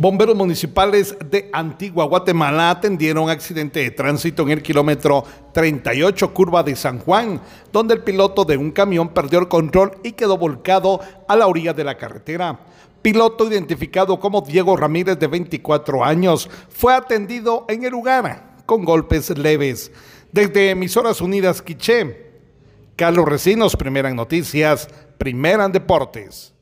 Bomberos municipales de Antigua Guatemala atendieron un accidente de tránsito en el kilómetro 38 curva de San Juan, donde el piloto de un camión perdió el control y quedó volcado a la orilla de la carretera. Piloto identificado como Diego Ramírez, de 24 años, fue atendido en el lugar con golpes leves. Desde Emisoras Unidas Quiché, Carlos Recinos, Primera en Noticias, Primera en Deportes.